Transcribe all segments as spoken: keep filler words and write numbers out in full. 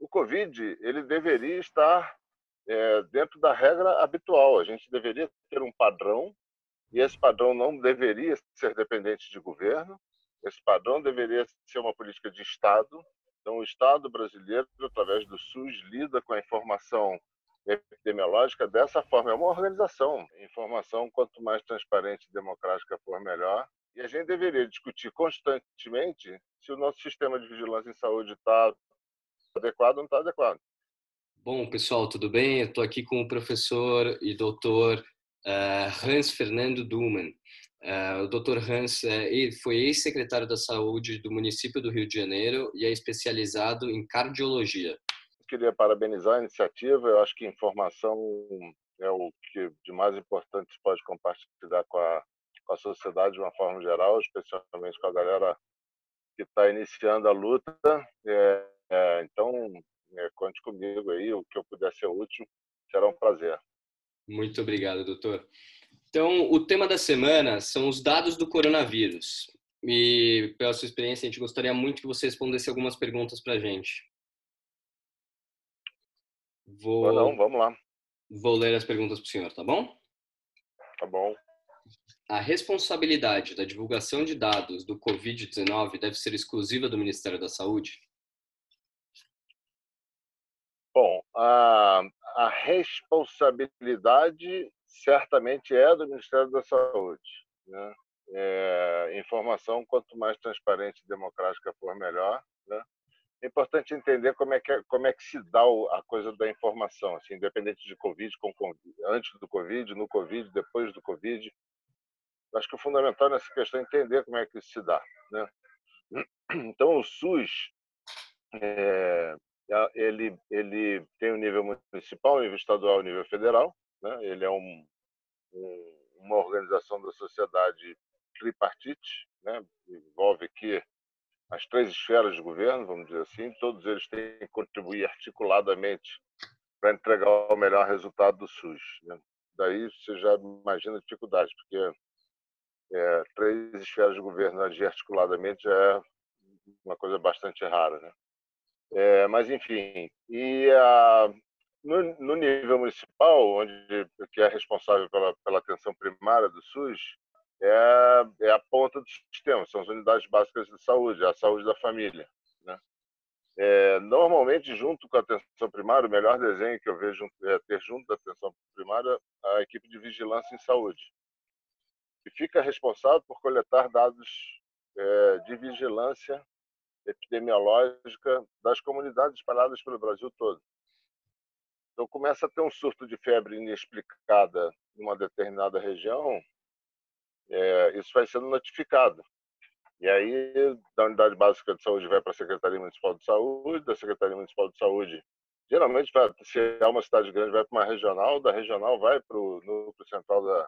O Covid, ele deveria estar é, dentro da regra habitual. A gente deveria ter um padrão, e esse padrão não deveria ser dependente de governo. Esse padrão deveria ser uma política de Estado. Então, o Estado brasileiro, através do SUS, lida com a informação epidemiológica dessa forma. É uma organização. A informação, quanto mais transparente e democrática for, melhor. E a gente deveria discutir constantemente se o nosso sistema de vigilância em saúde está adequado ou não está adequado. Bom, pessoal, tudo bem? Eu estou aqui com o professor e doutor eh, Hans Fernando Duman. Eh, o doutor Hans eh, ele foi ex-secretário da Saúde do município do Rio de Janeiro e é especializado em cardiologia. Queria parabenizar a iniciativa. Eu acho que informação é o que de mais importante se pode compartilhar com a, com a sociedade de uma forma geral, especialmente com a galera que está iniciando a luta. É, é, então, é, conte comigo aí, o que eu puder ser útil, será um prazer. Muito obrigado, doutor. Então, o tema da semana são os dados do coronavírus. E, pela sua experiência, a gente gostaria muito que você respondesse algumas perguntas para a gente. Ou Vou, não, vamos lá. vou ler as perguntas para o senhor, tá bom? Tá bom. A responsabilidade da divulgação de dados do covid dezenove deve ser exclusiva do Ministério da Saúde? Bom, a, a responsabilidade certamente é do Ministério da Saúde, né? É, informação, quanto mais transparente e democrática for, melhor, né? É importante entender como é que, é, como é que se dá a coisa da informação, assim, independente de Covid, com, antes do Covid, no Covid, depois do Covid. Eu acho que o fundamental nessa questão é entender como é que isso se dá, né? Então, o SUS, é, ele, ele tem o nível municipal, o nível estadual e o nível federal, né? Ele é um, um, uma organização da sociedade tripartite, né? Envolve aqui as três esferas de governo, vamos dizer assim. Todos eles têm que contribuir articuladamente para entregar o melhor resultado do SUS, né? Daí você já imagina a dificuldade, porque é, três esferas de governo agir articuladamente já é uma coisa bastante rara, né? É, mas enfim, e a, no, no nível municipal, onde que é responsável pela, pela atenção primária do SUS, é, é a ponta do sistema, são as unidades básicas de saúde, a saúde da família, né? É, normalmente, junto com a atenção primária, o melhor desenho que eu vejo é ter junto da atenção primária a equipe de vigilância em saúde, que fica responsável por coletar dados é, de vigilância epidemiológica das comunidades espalhadas pelo Brasil todo. Então, começa a ter um surto de febre inexplicada em uma determinada região, é, isso vai sendo notificado. E aí, da Unidade Básica de Saúde vai para a Secretaria Municipal de Saúde, da Secretaria Municipal de Saúde, geralmente, vai, se é uma cidade grande, vai para uma regional, da regional vai para o núcleo central da,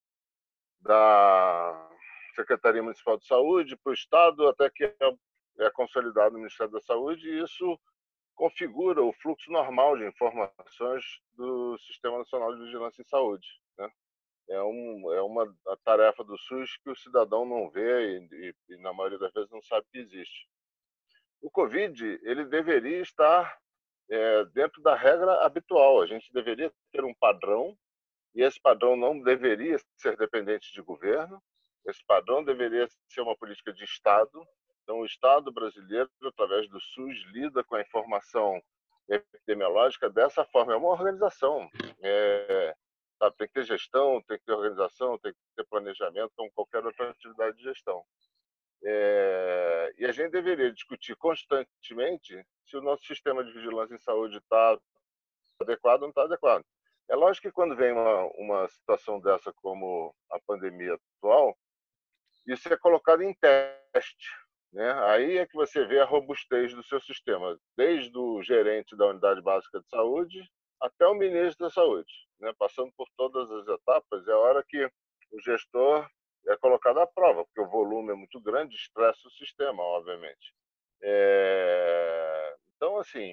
da Secretaria Municipal de Saúde, para o Estado, até que é, é consolidado no Ministério da Saúde, e isso configura o fluxo normal de informações do Sistema Nacional de Vigilância em Saúde, né? É, um, é uma tarefa do SUS que o cidadão não vê e, e, e, na maioria das vezes, não sabe que existe. O Covid, ele deveria estar é, dentro da regra habitual. A gente deveria ter um padrão, e esse padrão não deveria ser dependente de governo. Esse padrão deveria ser uma política de Estado. Então, o Estado brasileiro, através do SUS, lida com a informação epidemiológica dessa forma. É uma organização. É, sabe, tem que ter gestão, tem que ter organização, tem que ter planejamento, como qualquer outra atividade de gestão. É, e a gente deveria discutir constantemente se o nosso sistema de vigilância em saúde está adequado ou não está adequado. É lógico que quando vem uma, uma situação dessa como a pandemia atual, isso é colocado em teste, né? Aí é que você vê a robustez do seu sistema, desde o gerente da unidade básica de saúde até o ministro da saúde, né? Passando por todas as etapas, é a hora que o gestor é colocado à prova, porque o volume é muito grande, estressa o sistema, obviamente. É... Então, assim,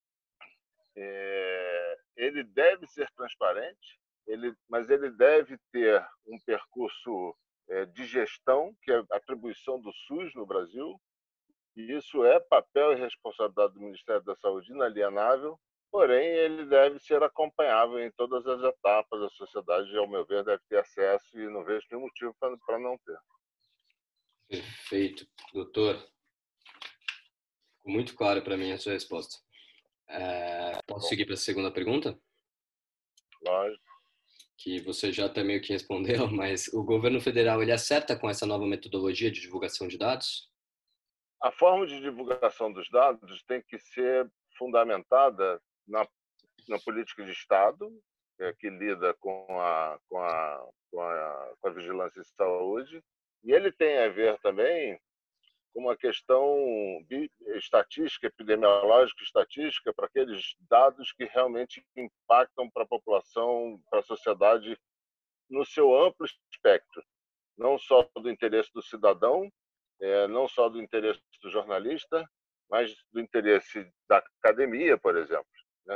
é... ele deve ser transparente, ele... mas ele deve ter um percurso é, de gestão, que é a atribuição do SUS no Brasil, E isso é papel e responsabilidade do Ministério da Saúde inalienável, porém ele deve ser acompanhável em todas as etapas. A sociedade, ao meu ver, deve ter acesso e não vejo nenhum motivo para não ter. Perfeito, doutor. Ficou muito claro para mim a sua resposta. É, posso Bom, seguir para a segunda pergunta? lógico. Que você já até meio que respondeu, mas o governo federal ele acerta com essa nova metodologia de divulgação de dados? A forma de divulgação dos dados tem que ser fundamentada na, na política de Estado, é, que lida com a, com, a, com, a, com a vigilância em saúde, e ele tem a ver também com uma questão estatística, epidemiológica, estatística, para aqueles dados que realmente impactam para a população, para a sociedade, no seu amplo espectro, não só do interesse do cidadão, é, não só do interesse do jornalista, mas do interesse da academia, por exemplo. Né?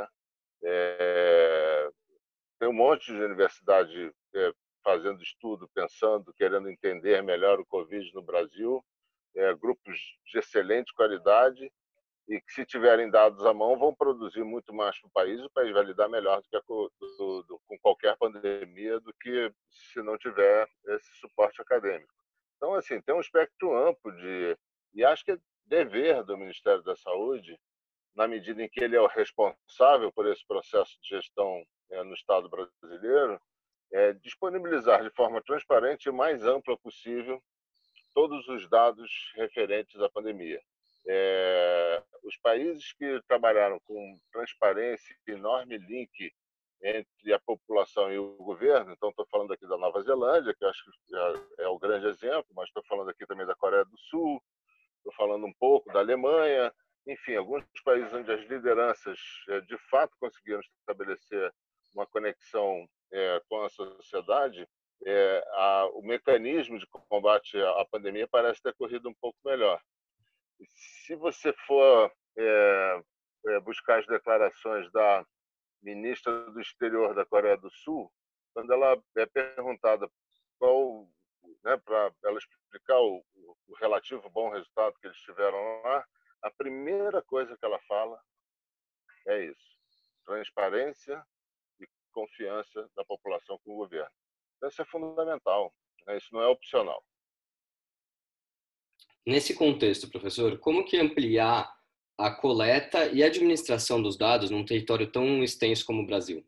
É, tem um monte de universidade é, fazendo estudo, pensando, querendo entender melhor o Covid no Brasil, é, grupos de excelente qualidade e que, se tiverem dados à mão, vão produzir muito mais para o país. O país vai lidar melhor do que a, do, do, com qualquer pandemia do que se não tiver esse suporte acadêmico. Então, assim, tem um espectro amplo de... E acho que é dever do Ministério da Saúde, na medida em que ele é o responsável por esse processo de gestão é, no Estado brasileiro, é disponibilizar de forma transparente e mais ampla possível todos os dados referentes à pandemia. É, os países que trabalharam com transparência e enorme link entre a população e o governo, então estou falando aqui da Nova Zelândia, que eu acho que é o grande exemplo, mas estou falando aqui também da Coreia do Sul, estou falando um pouco da Alemanha, enfim, alguns países onde as lideranças de fato conseguiram estabelecer uma conexão é, com a sociedade, é, a, o mecanismo de combate à pandemia parece ter corrido um pouco melhor. E se você for é, é, buscar as declarações da ministra do Exterior da Coreia do Sul, quando ela é perguntada qual, né, para ela explicar o, o relativo bom resultado que eles tiveram lá, a primeira coisa que ela fala é isso: transparência e confiança da população com o governo. Isso é fundamental, né? Isso não é opcional. Nesse contexto, professor, como que ampliar a coleta e administração dos dados num território tão extenso como o Brasil?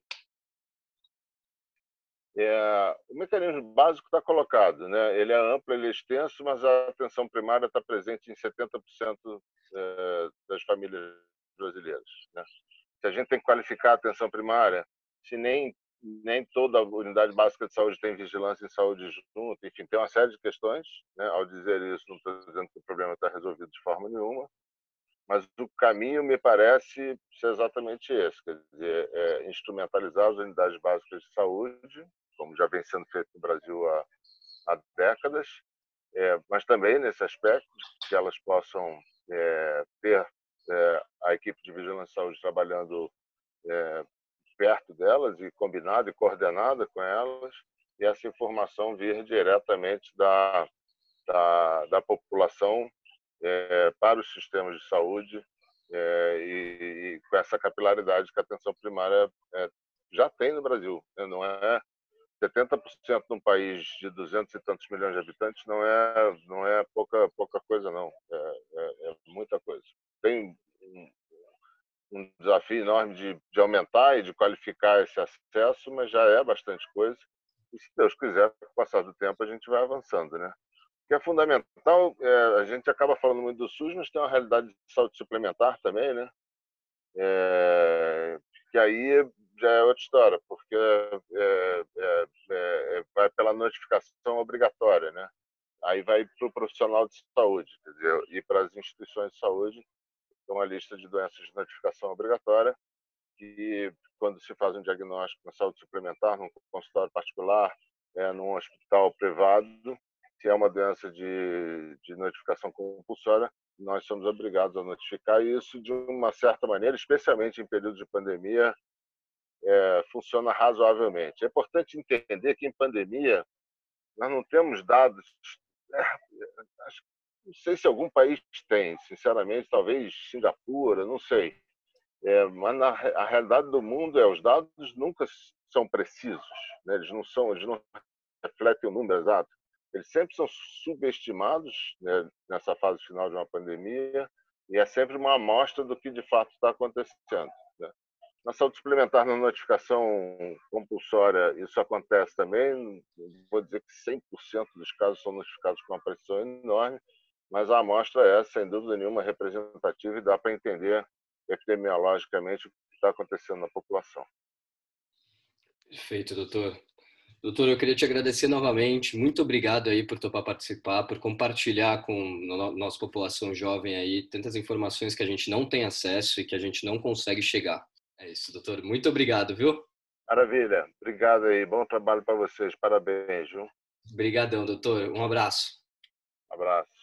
É, o mecanismo básico está colocado, né? Ele é amplo, ele é extenso, mas a atenção primária está presente em setenta por cento é, das famílias brasileiras. Né? Se a gente tem que qualificar a atenção primária, se nem, nem toda unidade básica de saúde tem vigilância em saúde junto, enfim, tem uma série de questões. Né? Ao dizer isso, não estou dizendo que o problema está resolvido de forma nenhuma, mas o caminho me parece ser exatamente esse, quer dizer, é instrumentalizar as unidades básicas de saúde, como já vem sendo feito no Brasil há, há décadas, é, mas também nesse aspecto de que elas possam é, ter é, a equipe de vigilância de saúde trabalhando é, perto delas e combinada e coordenada com elas, e essa informação vir diretamente da, da, da população é, para os sistemas de saúde é, e, e com essa capilaridade que a atenção primária é, já tem no Brasil. Né? Não é setenta por cento num país de duzentos e tantos milhões de habitantes não é não é pouca pouca coisa não, é, é, é muita coisa. Tem um, um desafio enorme de, de aumentar e de qualificar esse acesso, mas já é bastante coisa. E se Deus quiser, com o passar do tempo a gente vai avançando, né? O que é fundamental, é, a gente acaba falando muito do SUS, mas tem uma realidade de saúde suplementar também, né? É, que aí já é outra história, porque é, é, é, vai pela notificação obrigatória, né? Aí vai para o profissional de saúde, quer dizer, e para as instituições de saúde, tem uma lista de doenças de notificação obrigatória, que quando se faz um diagnóstico na saúde suplementar, num consultório particular, é, num hospital privado, se é uma doença de, de notificação compulsória, nós somos obrigados a notificar isso de uma certa maneira, especialmente em período de pandemia, é, funciona razoavelmente. É importante entender que em pandemia nós não temos dados, é, acho, não sei se algum país tem, sinceramente, talvez Singapura, não sei. É, mas na, a realidade do mundo é os dados nunca são precisos, né? Eles não são, eles não refletem o número exato. Eles sempre são subestimados, né, nessa fase final de uma pandemia, e é sempre uma amostra do que de fato está acontecendo, né? Na saúde suplementar, na notificação compulsória, isso acontece também. Vou dizer que cem por cento dos casos são notificados com uma precisão enorme, mas a amostra é, sem dúvida nenhuma, representativa e dá para entender epidemiologicamente o que está acontecendo na população. Perfeito, doutor. Doutor, eu queria te agradecer novamente. Muito obrigado aí por topar participar, por compartilhar com a nossa população jovem aí tantas informações que a gente não tem acesso e que a gente não consegue chegar. É isso, doutor. Muito obrigado, viu? Maravilha. Obrigado aí. Bom trabalho para vocês. Parabéns, viu? Obrigadão, doutor. Um abraço. Abraço.